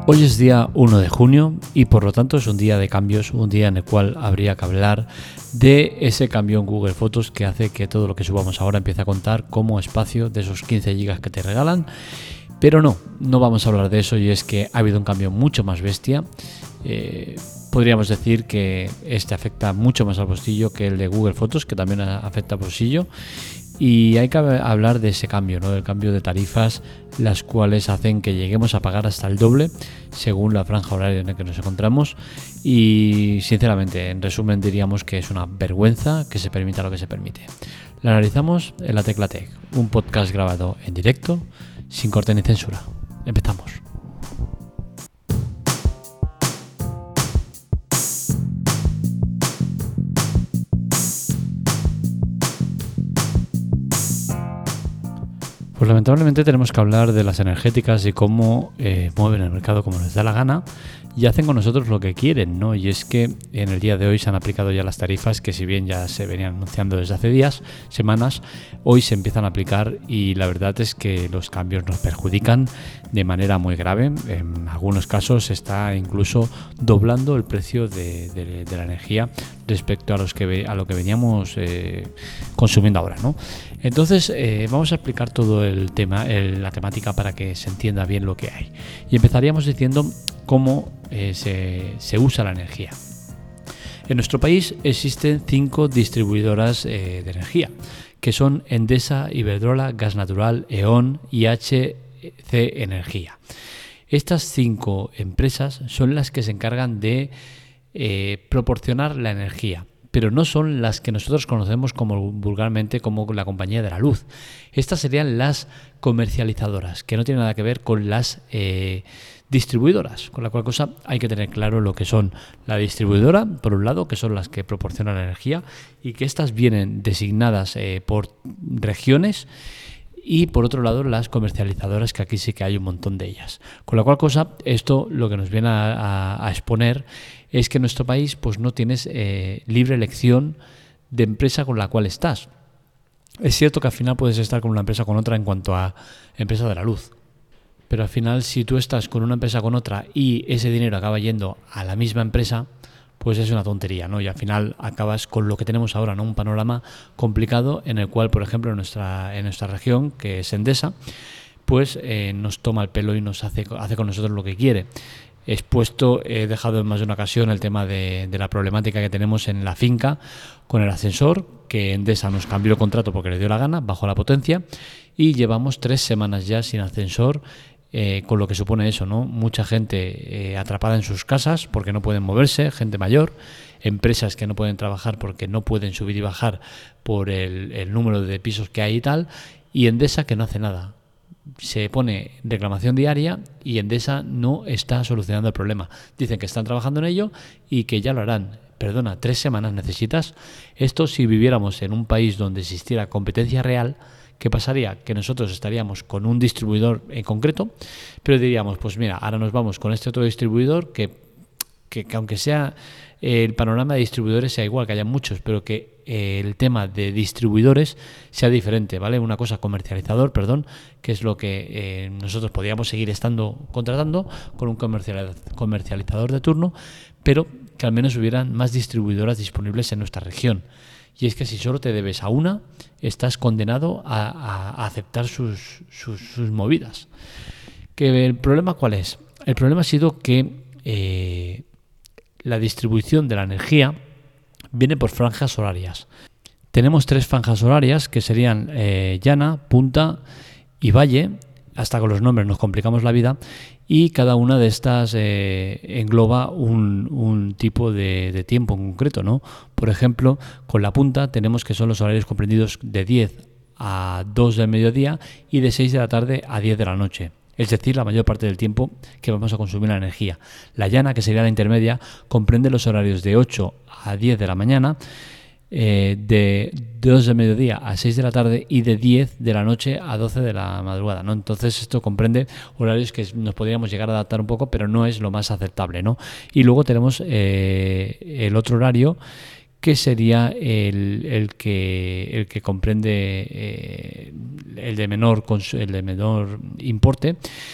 Hoy es día 1 de junio y por lo tanto es un día de cambios, un día en el cual habría que hablar de ese cambio en Google Fotos que hace que todo lo que subamos ahora empiece a contar como espacio de esos 15 GB que te regalan. Pero no vamos a hablar de eso, y es que ha habido un cambio mucho más bestia. Podríamos decir que este afecta mucho más al bolsillo que el de Google Fotos, que también afecta al bolsillo. Y hay que hablar de ese cambio, ¿no? Del cambio de tarifas, las cuales hacen que lleguemos a pagar hasta el doble según la franja horaria en la que nos encontramos. Y sinceramente, en resumen, diríamos que es una vergüenza que se permita lo que se permite. La analizamos en La Tecla Tech, un podcast grabado en directo, sin corte ni censura. Empezamos. Pues lamentablemente tenemos que hablar de las energéticas y cómo mueven el mercado como les da la gana y hacen con nosotros lo que quieren, ¿no? Y es que en el día de hoy se han aplicado ya las tarifas que, si bien ya se venían anunciando desde hace semanas, hoy se empiezan a aplicar, y la verdad es que los cambios nos perjudican de manera muy grave. En algunos casos se está incluso doblando el precio de la energía respecto a lo que veníamos consumiendo ahora, ¿no? Entonces vamos a explicar todo el tema, la temática, para que se entienda bien lo que hay. Y empezaríamos diciendo cómo se usa la energía. En nuestro país existen 5 distribuidoras de energía, que son Endesa, Iberdrola, Gas Natural, E.ON y HC Energía. Estas 5 empresas son las que se encargan de proporcionar la energía, pero no son las que nosotros conocemos vulgarmente como la compañía de la luz. Estas serían las comercializadoras, que no tienen nada que ver con las distribuidoras, con la cual cosa hay que tener claro lo que son la distribuidora, por un lado, que son las que proporcionan la energía, y que estas vienen designadas por regiones, y por otro lado las comercializadoras, que aquí sí que hay un montón de ellas. Con la cual cosa, esto lo que nos viene a exponer es que en nuestro país pues no tienes libre elección de empresa con la cual estás. Es cierto que al final puedes estar con una empresa o con otra en cuanto a empresa de la luz, pero al final, si tú estás con una empresa o con otra y ese dinero acaba yendo a la misma empresa, pues es una tontería, ¿no? Y al final acabas con lo que tenemos ahora, ¿no? Un panorama complicado en el cual, por ejemplo, en nuestra región, que es Endesa, pues nos toma el pelo y nos hace con nosotros lo que quiere. He dejado en más de una ocasión el tema de la problemática que tenemos en la finca con el ascensor, que Endesa nos cambió el contrato porque le dio la gana, bajó la potencia, y llevamos 3 semanas ya sin ascensor. Con lo que supone eso, ¿no? Mucha gente atrapada en sus casas porque no pueden moverse, gente mayor, empresas que no pueden trabajar porque no pueden subir y bajar por el número de pisos que hay y tal, y Endesa que no hace nada. Se pone reclamación diaria y Endesa no está solucionando el problema. Dicen que están trabajando en ello y que ya lo harán. Perdona, 3 semanas necesitas. Esto, si viviéramos en un país donde existiera competencia real, ¿qué pasaría? Que nosotros estaríamos con un distribuidor en concreto, pero diríamos, pues mira, ahora nos vamos con este otro distribuidor que aunque sea el panorama de distribuidores sea igual, que haya muchos, pero que el tema de distribuidores sea diferente, ¿vale? Una cosa comercializador, que es lo que nosotros podríamos seguir contratando con un comercializador de turno, pero que al menos hubieran más distribuidoras disponibles en nuestra región. Y es que si solo te debes a una, estás condenado a aceptar sus movidas. ¿Que el problema cuál es? El problema ha sido que la distribución de la energía viene por franjas horarias. Tenemos 3 franjas horarias, que serían llana, punta y valle. Hasta con los nombres nos complicamos la vida, y cada una de estas engloba un tipo de tiempo en concreto, ¿no? Por ejemplo, con la punta tenemos que son los horarios comprendidos de 10 a 2 del mediodía y de 6 de la tarde a 10 de la noche. Es decir, la mayor parte del tiempo que vamos a consumir la energía. La llana, que sería la intermedia, comprende los horarios de 8 a 10 de la mañana, de 2 de mediodía a 6 de la tarde y de 10 de la noche a 12 de la madrugada, ¿no? Entonces esto comprende horarios que nos podríamos llegar a adaptar un poco, pero no es lo más aceptable, ¿no? Y luego tenemos el otro horario, que sería el que comprende el de menor importe,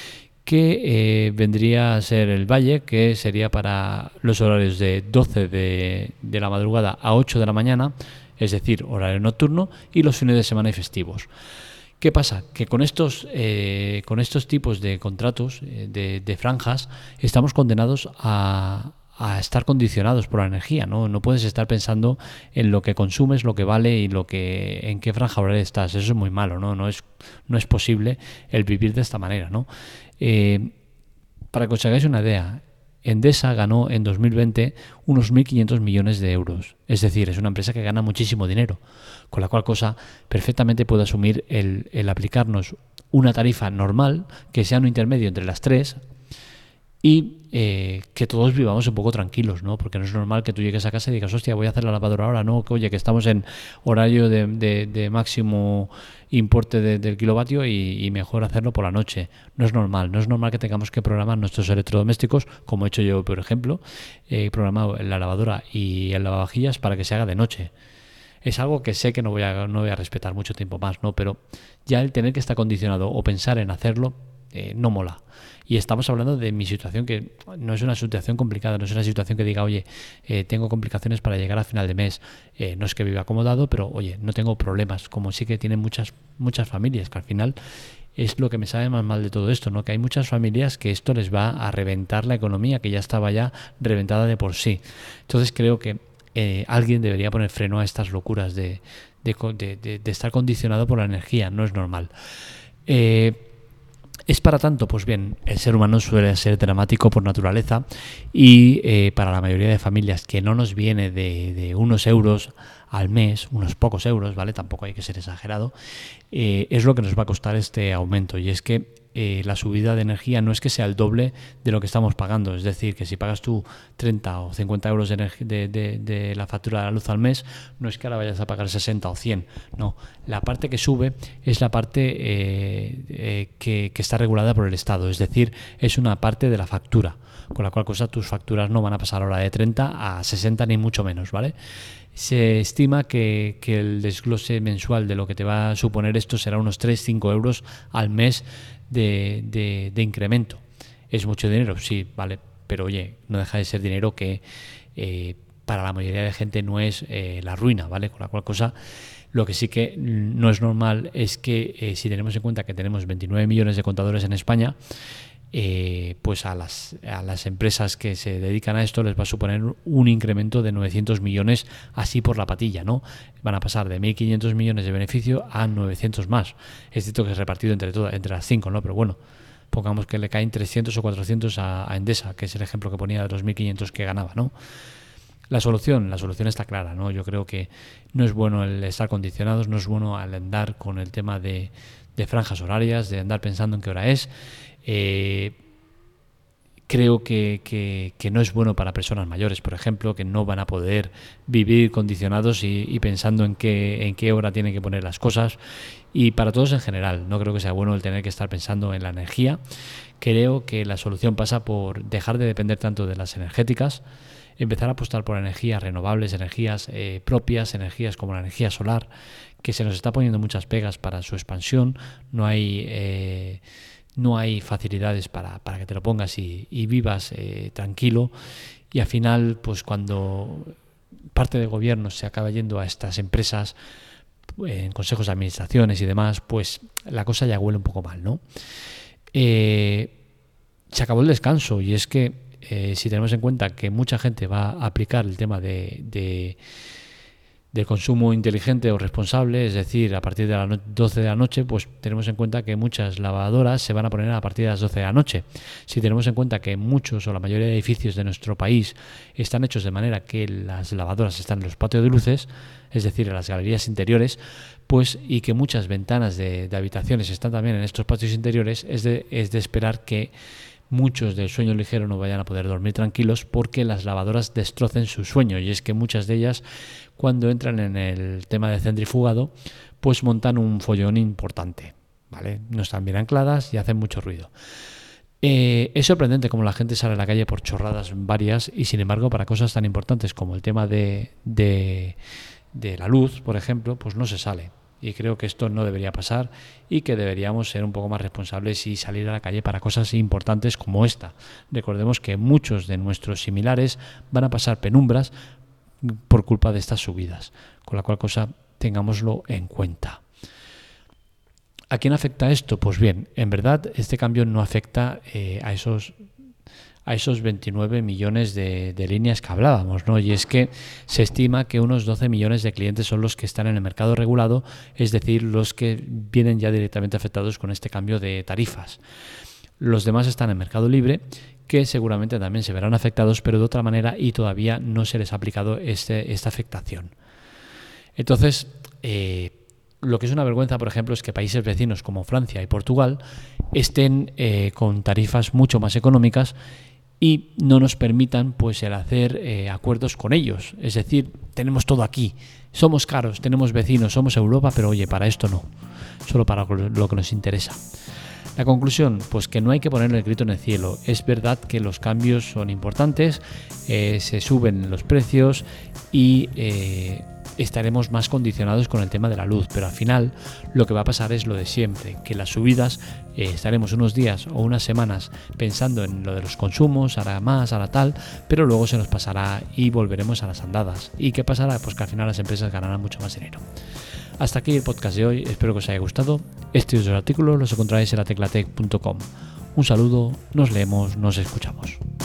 que vendría a ser el Valle, que sería para los horarios de 12 de la madrugada a 8 de la mañana, es decir, horario nocturno, y los fines de semana y festivos. ¿Qué pasa? Que con estos tipos de contratos, de franjas, estamos condenados a estar condicionados por la energía, ¿no? No puedes estar pensando en lo que consumes, lo que vale y en qué franja horaria estás. Eso es muy malo, ¿no? No es posible el vivir de esta manera, ¿no? Para que os hagáis una idea, Endesa ganó en 2020 unos 1.500 millones de euros. Es decir, es una empresa que gana muchísimo dinero, con la cual cosa perfectamente puede asumir el aplicarnos una tarifa normal, que sea un intermedio entre las tres, y que todos vivamos un poco tranquilos, ¿no? Porque no es normal que tú llegues a casa y digas, hostia, voy a hacer la lavadora ahora, no, que oye, que estamos en horario de máximo importe del kilovatio y mejor hacerlo por la noche. No es normal que tengamos que programar nuestros electrodomésticos, como he hecho yo, por ejemplo, he programado la lavadora y el lavavajillas para que se haga de noche. Es algo que sé que no voy a respetar mucho tiempo más, ¿no? Pero ya el tener que estar condicionado o pensar en hacerlo no mola. Y estamos hablando de mi situación, que no es una situación complicada, no es una situación que diga, oye, tengo complicaciones para llegar a final de mes. No es que viva acomodado, pero oye, no tengo problemas, como sí que tienen muchas familias, que al final es lo que me sabe más mal de todo esto, ¿no? Que hay muchas familias que esto les va a reventar la economía, que ya estaba ya reventada de por sí. Entonces creo que alguien debería poner freno a estas locuras de estar condicionado por la energía. No es normal. ¿Es para tanto? Pues bien, el ser humano suele ser dramático por naturaleza y para la mayoría de familias que no nos viene de unos euros al mes, unos pocos euros, ¿vale? Tampoco hay que ser exagerado, es lo que nos va a costar este aumento. Y es que la subida de energía no es que sea el doble de lo que estamos pagando. Es decir, que si pagas tú 30 o 50 euros de la factura de la luz al mes, no es que ahora vayas a pagar 60 o 100. No, la parte que sube es la parte que está regulada por el Estado. Es decir, es una parte de la factura, con la cual cosa tus facturas no van a pasar ahora de 30 a 60 ni mucho menos, ¿vale? Se estima que el desglose mensual de lo que te va a suponer esto será unos 3-5 euros al mes de incremento. ¿Es mucho dinero? Sí, vale, pero oye, no deja de ser dinero que para la mayoría de gente no es la ruina, ¿vale? Con la cual cosa, lo que sí que no es normal es que si tenemos en cuenta que tenemos 29 millones de contadores en España, pues a las empresas que se dedican a esto les va a suponer un incremento de 900 millones así por la patilla, ¿no? Van a pasar de 1.500 millones de beneficio a 900 más. Es cierto que es repartido entre las 5, ¿no? Pero bueno, pongamos que le caen 300 o 400 a Endesa, que es el ejemplo que ponía de los 1.500 que ganaba, ¿no? La solución está clara, ¿no? Yo creo que no es bueno el estar condicionados, no es bueno al andar con el tema de franjas horarias, de andar pensando en qué hora es. Creo que no es bueno para personas mayores, por ejemplo, que no van a poder vivir condicionados y pensando en qué hora tienen que poner las cosas. Y para todos en general, no creo que sea bueno el tener que estar pensando en la energía. Creo que la solución pasa por dejar de depender tanto de las energéticas, empezar a apostar por energías renovables, energías propias, energías como la energía solar, que se nos está poniendo muchas pegas para su expansión. No hay facilidades para que te lo pongas y vivas tranquilo. Y al final, pues cuando parte del gobierno se acaba yendo a estas empresas en consejos de administraciones y demás, pues la cosa ya huele un poco mal, ¿no? Se acabó el descanso, y es que si tenemos en cuenta que mucha gente va a aplicar el tema del consumo inteligente o responsable, es decir, a partir de las 12 de la noche, pues tenemos en cuenta que muchas lavadoras se van a poner a partir de las 12 de la noche. Si tenemos en cuenta que muchos o la mayoría de edificios de nuestro país están hechos de manera que las lavadoras están en los patios de luces, es decir, en las galerías interiores, pues y que muchas ventanas de habitaciones están también en estos patios interiores, es de esperar que muchos del sueño ligero no vayan a poder dormir tranquilos porque las lavadoras destrocen su sueño. Y es que muchas de ellas, cuando entran en el tema de centrifugado, pues montan un follón importante, ¿vale? No están bien ancladas y hacen mucho ruido. Es sorprendente cómo la gente sale a la calle por chorradas varias y, sin embargo, para cosas tan importantes como el tema de la luz, por ejemplo, pues no se sale. Y creo que esto no debería pasar y que deberíamos ser un poco más responsables y salir a la calle para cosas importantes como esta. Recordemos que muchos de nuestros similares van a pasar penumbras por culpa de estas subidas, con la cual cosa tengámoslo en cuenta. ¿A quién afecta esto? Pues bien, en verdad este cambio no afecta a esos 29 millones de líneas que hablábamos, ¿no? Y es que se estima que unos 12 millones de clientes son los que están en el mercado regulado, es decir, los que vienen ya directamente afectados con este cambio de tarifas. Los demás están en mercado libre, que seguramente también se verán afectados, pero de otra manera y todavía no se les ha aplicado esta afectación. Entonces, lo que es una vergüenza, por ejemplo, es que países vecinos como Francia y Portugal estén con tarifas mucho más económicas y no nos permitan pues el hacer acuerdos con ellos. Es decir, tenemos todo aquí, somos caros, tenemos vecinos, somos Europa, pero oye, para esto no, solo para lo que nos interesa. La conclusión, pues que no hay que poner el grito en el cielo. Es verdad que los cambios son importantes, se suben los precios y estaremos más condicionados con el tema de la luz, pero al final lo que va a pasar es lo de siempre, que las subidas estaremos unos días o unas semanas pensando en lo de los consumos, hará más, hará tal, pero luego se nos pasará y volveremos a las andadas. ¿Y qué pasará? Pues que al final las empresas ganarán mucho más dinero. Hasta aquí el podcast de hoy, espero que os haya gustado. Estos artículos los encontráis en lateclatec.com. Un saludo, nos leemos, nos escuchamos.